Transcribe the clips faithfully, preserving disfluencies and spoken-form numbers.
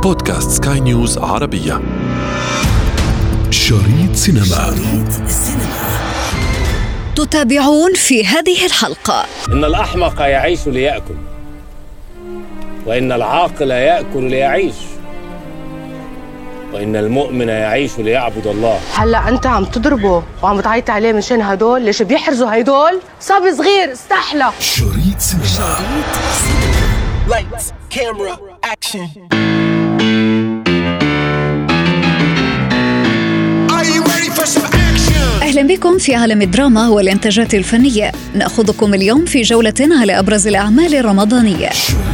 بودكاست سكاي نيوز عربية. شريط سينما. شريط السينما. تتابعون في هذه الحلقة. إن الأحمق يعيش ليأكل، وإن العاقل يأكل ليعيش، وإن المؤمن يعيش ليعبد الله. هلا أنت عم تضربه وعم تعيط عليه منشان هدول ليش بيحرزوا هيدول؟ صبي صغير استحلى. شريط سينما. شريط سينما. Lights, camera, action. Are you ready for some action? أهلا بكم في عالم الدراما والإنتاجات الفنية. نأخذكم اليوم في جولة على أبرز الأعمال الرمضانية.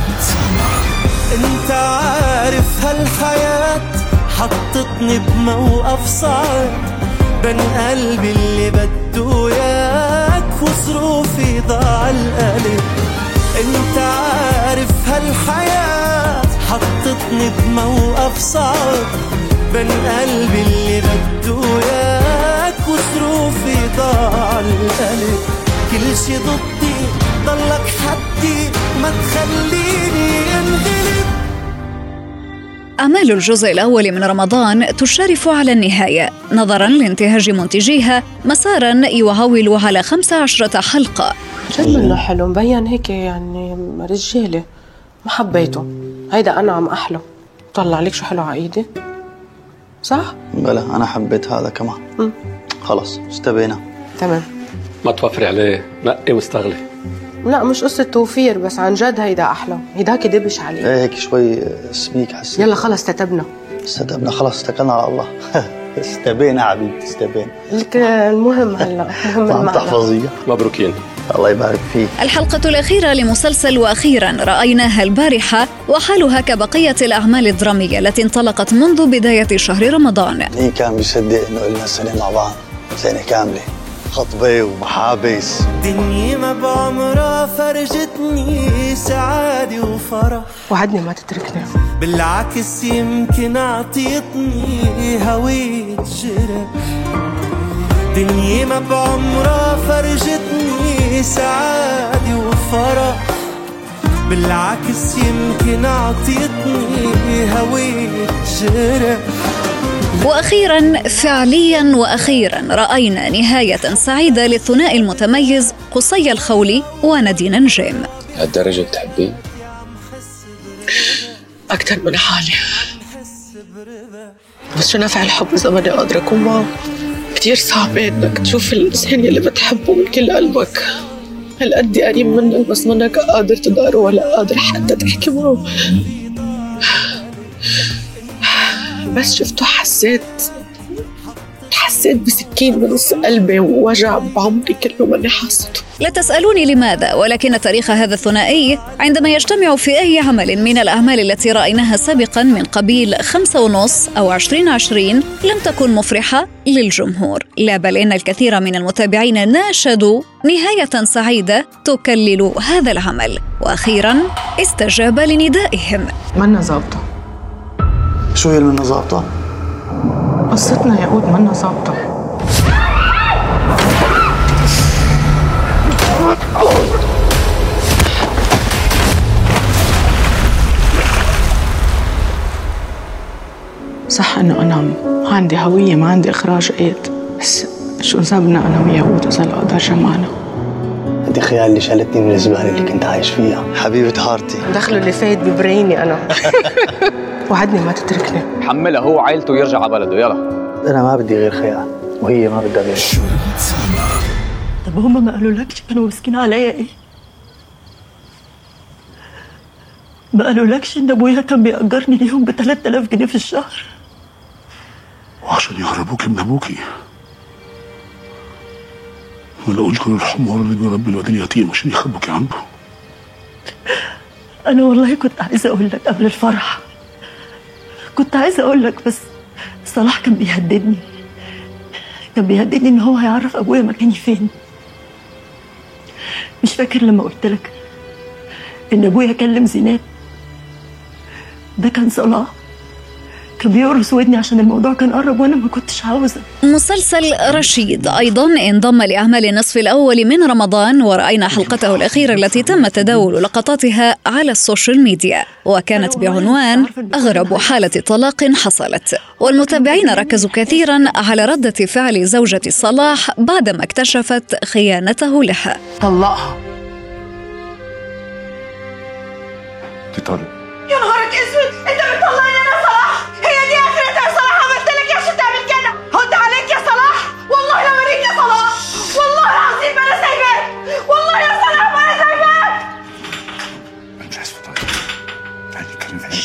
أنت عارف هالحياة حطتني بموقف صعب، بين قلبي اللي بده ياك وظروفي ضاع القلب. انت عارف هالحياة حطتني بموقف صعب، بين قلبي اللي بده ياك وظروفي ضاع القلب. كل شي ضدي ضلك حدي ما تخليني انغلب. أعمال الجزء الأول من رمضان تشرف على النهاية نظراً لانتهاج منتجيها مساراً يعول على خمس عشرة حلقة. جد منه حلو، مبين هيك يعني رجالي، ما حبيته. هيدا أنعم أحلى. طلع لك شو حلو عايدي، صح؟ بلا أنا حبيت هذا كمان. م. خلص استبينا. تمام. ما توفري عليه، نقي واستغلي. لا مش قصة توفير، بس عن جد هيدا أحلى. هيداك دبش عليه. ايه هيك شوي سميك حسيت. يلا خلص استتبنا. استتبنا خلص استكلنا على الله. استبينا حبيبتي استبينا. لك المهم هلا مهم المعنى. تحفظية. مبروكين. الله يبارك فيك. الحلقة الأخيرة لمسلسل وأخيرا رأيناها البارحة، وحالها كبقية الأعمال الدرامية التي انطلقت منذ بداية شهر رمضان. مين كان بيصدق إنه إلنا سنة مع بعض، سنة كاملة خطبة ومحابس. دنيا ما بعمرها فرجتني سعادة وفرح، وعدني ما تتركني. بالعكس يمكن عطيتني هوية جرح. دنيا ما بعمرها فرجتني سعادة وفرح، بالعكس يمكن عطيتني هوية جرح. وأخيراً فعلياً وأخيراً رأينا نهاية سعيدة للثنائي المتميز قصي الخولي ونادين نجيم. هالدرجة بتحبيه؟ أكتر من حالي، بس شو نفع الحب إذا ماني قادرة أكون معه؟ كتير صعب إنك تشوف الإنسان اللي بتحبه من كل قلبك هالقد قريب منك، بس منك قادر تداره ولا قادر حتى تحكي معه. بس شفته حسيت حسيت بسكين بنص قلبي ووجع بعمري كله ماني حاسته. لا تسألوني لماذا، ولكن تاريخ هذا الثنائي عندما يجتمع في أي عمل من الأعمال التي رأيناها سابقا من قبيل خمسة ونص أو عشرين عشرين لم تكن مفرحة للجمهور، لا بل إن الكثير من المتابعين ناشدوا نهاية سعيدة تكلل هذا العمل، وأخيرا استجاب لندائهم. منا ظابطة. شو هي المنا ظابطة؟ قصتنا يا قود منا ظابطة. صح انه انا ما عندي هوية، ما عندي اخراج ايد، بس شو ذنبنا انا ويهود اذا القدر جمعنا؟ هدي خيال اللي شالتني من الزبالة اللي كنت عايش فيها. حبيبة هارتي. دخلوا اللي فايت ببريني انا. وعدني ما تتركني. حملها هو وعائلته ويرجع على بلده. يلا. أنا ما بدي غير خيال وهي ما بدها غير. طب هم ما قالوا لكش كانوا مسكين عليا ايه؟ ما قالوا لكش ان ابويا كان بيأجرني ليهم ب ثلاثة آلاف جنيه في الشهر؟ وعشان يهربوك من ابوكي ولا قلتوا للحمار اللي بيربي الواد اليتيم عشان يخبوكي عنده؟ انا والله كنت عايزه اقول لك قبل الفرح، كنت عايزه اقول لك، بس صلاح كان بيهددني كان بيهددني ان هو هيعرف ابويا مكاني فين. مش فاكر لما قلت لك ان ابويا كلم زينات؟ ده كان صلاح كان بيقرص ودني عشان الموضوع كان قرب وأنا ما كنتش عاوزة. مسلسل رشيد أيضا انضم لأعمال النصف الأول من رمضان، ورأينا حلقته الأخيرة التي تم تداول لقطاتها على السوشيال ميديا، وكانت بعنوان أغرب حالة طلاق حصلت. والمتابعين ركزوا كثيرا على ردة فعل زوجة صلاح بعدما اكتشفت خيانته لها. طلقها. تطلق. يا نهارك اسود، انت بتطلقني انا يا صلاح؟ هي دي اخرتها يا صلاح؟ عملت لك ايه عشان تعمل كده؟ هد عليك يا صلاح، والله لو اوريك يا صلاح، والله العظيم ما انا سايباك، والله يا صلاح ما انا سايباك. انا مش عايز فطاير. تعالي نتكلم في ايه؟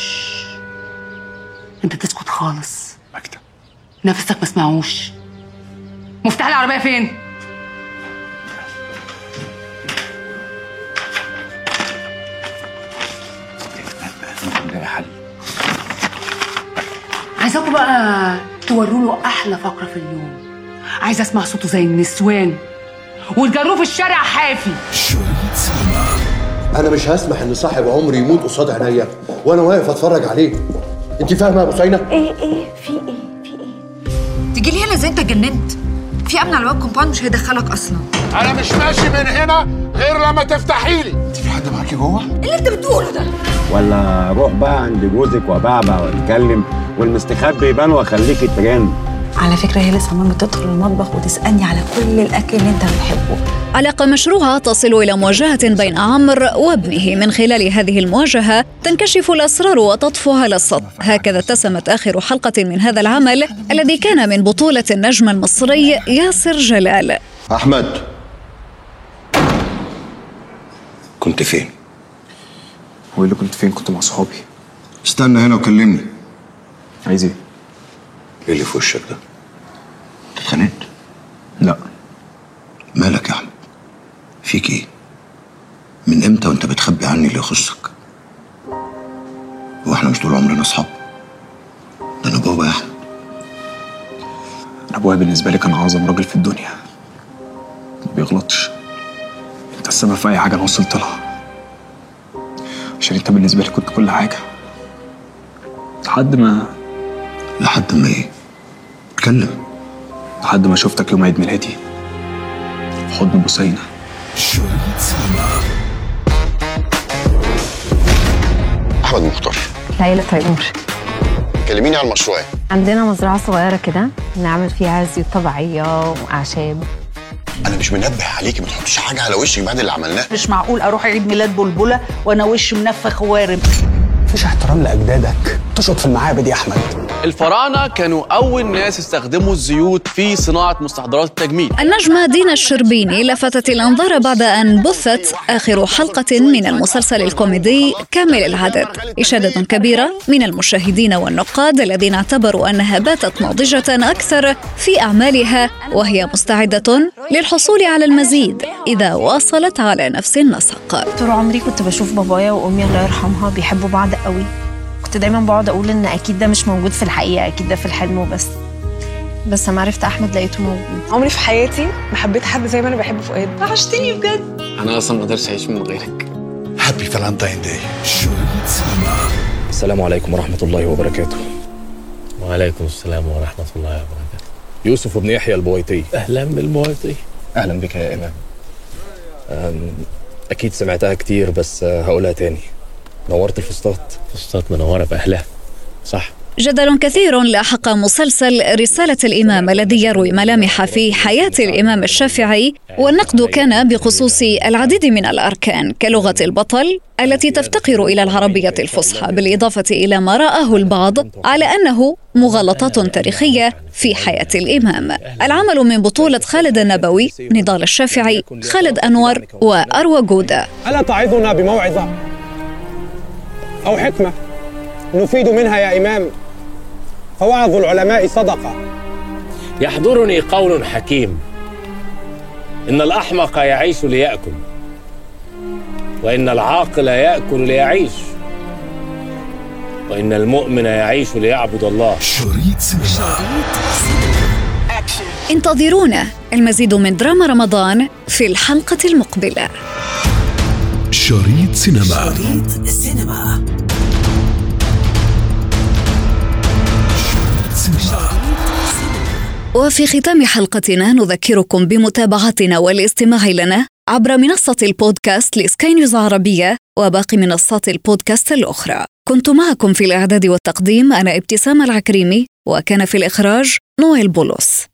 انت تسكت خالص. مكتب. نفسك ما اسمعوش. مفتاح العربيه فين؟ نلاقي حل. عايزاكم بقى توروا له احلى فقره في اليوم. عايزه اسمع صوته زي النسوان وتجروه في الشارع حافي. انا مش هسمح ان صاحب عمري يموت قصاد عينيا وانا واقف اتفرج عليه. انت فاهمه يا بوسينه؟ ايه ايه في ايه في ايه تيجي لي هنا زي انت اتجننت؟ في امن على الباب كومباوند مش هيدخلك اصلا. انا مش ماشي من هنا غير لما تفتحي لي. انت في حد معاكي جوه؟ اللي انت بتقوله ده ولا اروح بقى عند جوزك وبعبع واتكلم والمستخبي يبان واخليكي ترند؟ على فكره هي لسه ماما بتدخل المطبخ وتسالني على كل الاكل اللي انت بتحبه. علاقة مشروعة تصل إلى مواجهة بين عمرو وابنه. من خلال هذه المواجهة تنكشف الأسرار وتطفو على السطح. هكذا اتسمت آخر حلقة من هذا العمل الذي كان من بطولة النجم المصري ياسر جلال. احمد، كنت فين؟ هو اللي كنت فين؟ كنت مع صحابي. استنى هنا وكلمني. عايز ايه؟ ايه اللي في وشك ده؟ انت اتخانقت؟ لا. مالك يا احمد؟ فيك ايه؟ من امتى وانت بتخبي عني اللي يخصك؟ هو احنا مش طول عمرنا اصحاب؟ ده انا بابا يا احمد. انا ابويا بالنسبه لي كان اعظم راجل في الدنيا، ما بيغلطش. انت السبب في اي حاجه انا وصلت لها، عشان انت بالنسبه لي كنت كل حاجه. لحد ما لحد ما ايه؟ اتكلم. لحد ما شفتك يوم عيد ميلادي في حضن بوسينة. احمد مختار. ليلى تيمور. كلميني عن مشروعي. عندنا مزرعه صغيره كده نعمل فيها زيوت طبيعيه واعشاب. انا مش منبه عليكي ما تحطيش حاجه على وشك بعد اللي عملناه. مش معقول اروح عيد ميلاد بلبله وانا وشي منفخ ووارم. مفيش احترام لاجدادك، تشرب في المعابد يا احمد. الفراعنه كانوا اول ناس استخدموا الزيوت في صناعه مستحضرات التجميل. النجمة دينا الشربيني لفتت الأنظار بعد أن بثت آخر حلقة من المسلسل الكوميدي كامل العدد. إشادة كبيرة من المشاهدين والنقاد الذين اعتبروا أنها باتت ناضجة أكثر في أعمالها، وهي مستعدة للحصول على المزيد إذا واصلت على نفس النسق. طول عمري كنت بشوف بابايا وأمي الله يرحمها بيحبوا بعض قوي. كنت دايما بقعد اقول ان اكيد ده مش موجود في الحقيقه، اكيد ده في الحلم وبس. بس لما عرفت احمد لقيته موجود. عمري في حياتي ما حبيت حد زي ما انا بحب فؤاد. وحشتني بجد. انا اصلا ما اقدرش اعيش من غيرك. هابي فالنتاين داي. السلام عليكم ورحمه الله وبركاته. وعليكم السلام ورحمه الله وبركاته. يوسف بن يحيى البويطي. اهلا بالبويطي. اهلا بك يا امام. اكيد سمعتها كتير بس هقولها تاني. نورت الفسطاط. فسطاط منوره باهلها. صح. جدل كثير لاحق مسلسل رسالة الإمام الذي يروي ملامح في حياة الإمام الشافعي، والنقد كان بخصوص العديد من الأركان كلغة البطل التي تفتقر إلى العربية الفصحى، بالإضافة إلى ما رآه البعض على أنه مغالطات تاريخية في حياة الإمام. العمل من بطولة خالد النبوي، نضال الشافعي، خالد أنور وأروى جودة. ألا تعظنا بموعظة أو حكمة نفيد منها يا إمام؟ فوعظ العلماء صدقة. يحضرني قول حكيم: إن الأحمق يعيش ليأكل، وإن العاقل يأكل ليعيش، وإن المؤمن يعيش ليعبد الله. شريط سينما. انتظرونا المزيد من دراما رمضان في الحلقة المقبلة. شريط سينما. شريط سينما. وفي ختام حلقتنا نذكركم بمتابعتنا والاستماع لنا عبر منصة البودكاست لسكاي نيوز عربية وباقي منصات البودكاست الأخرى. كنت معكم في الإعداد والتقديم أنا ابتسام العكريمي، وكان في الإخراج نويل بولس.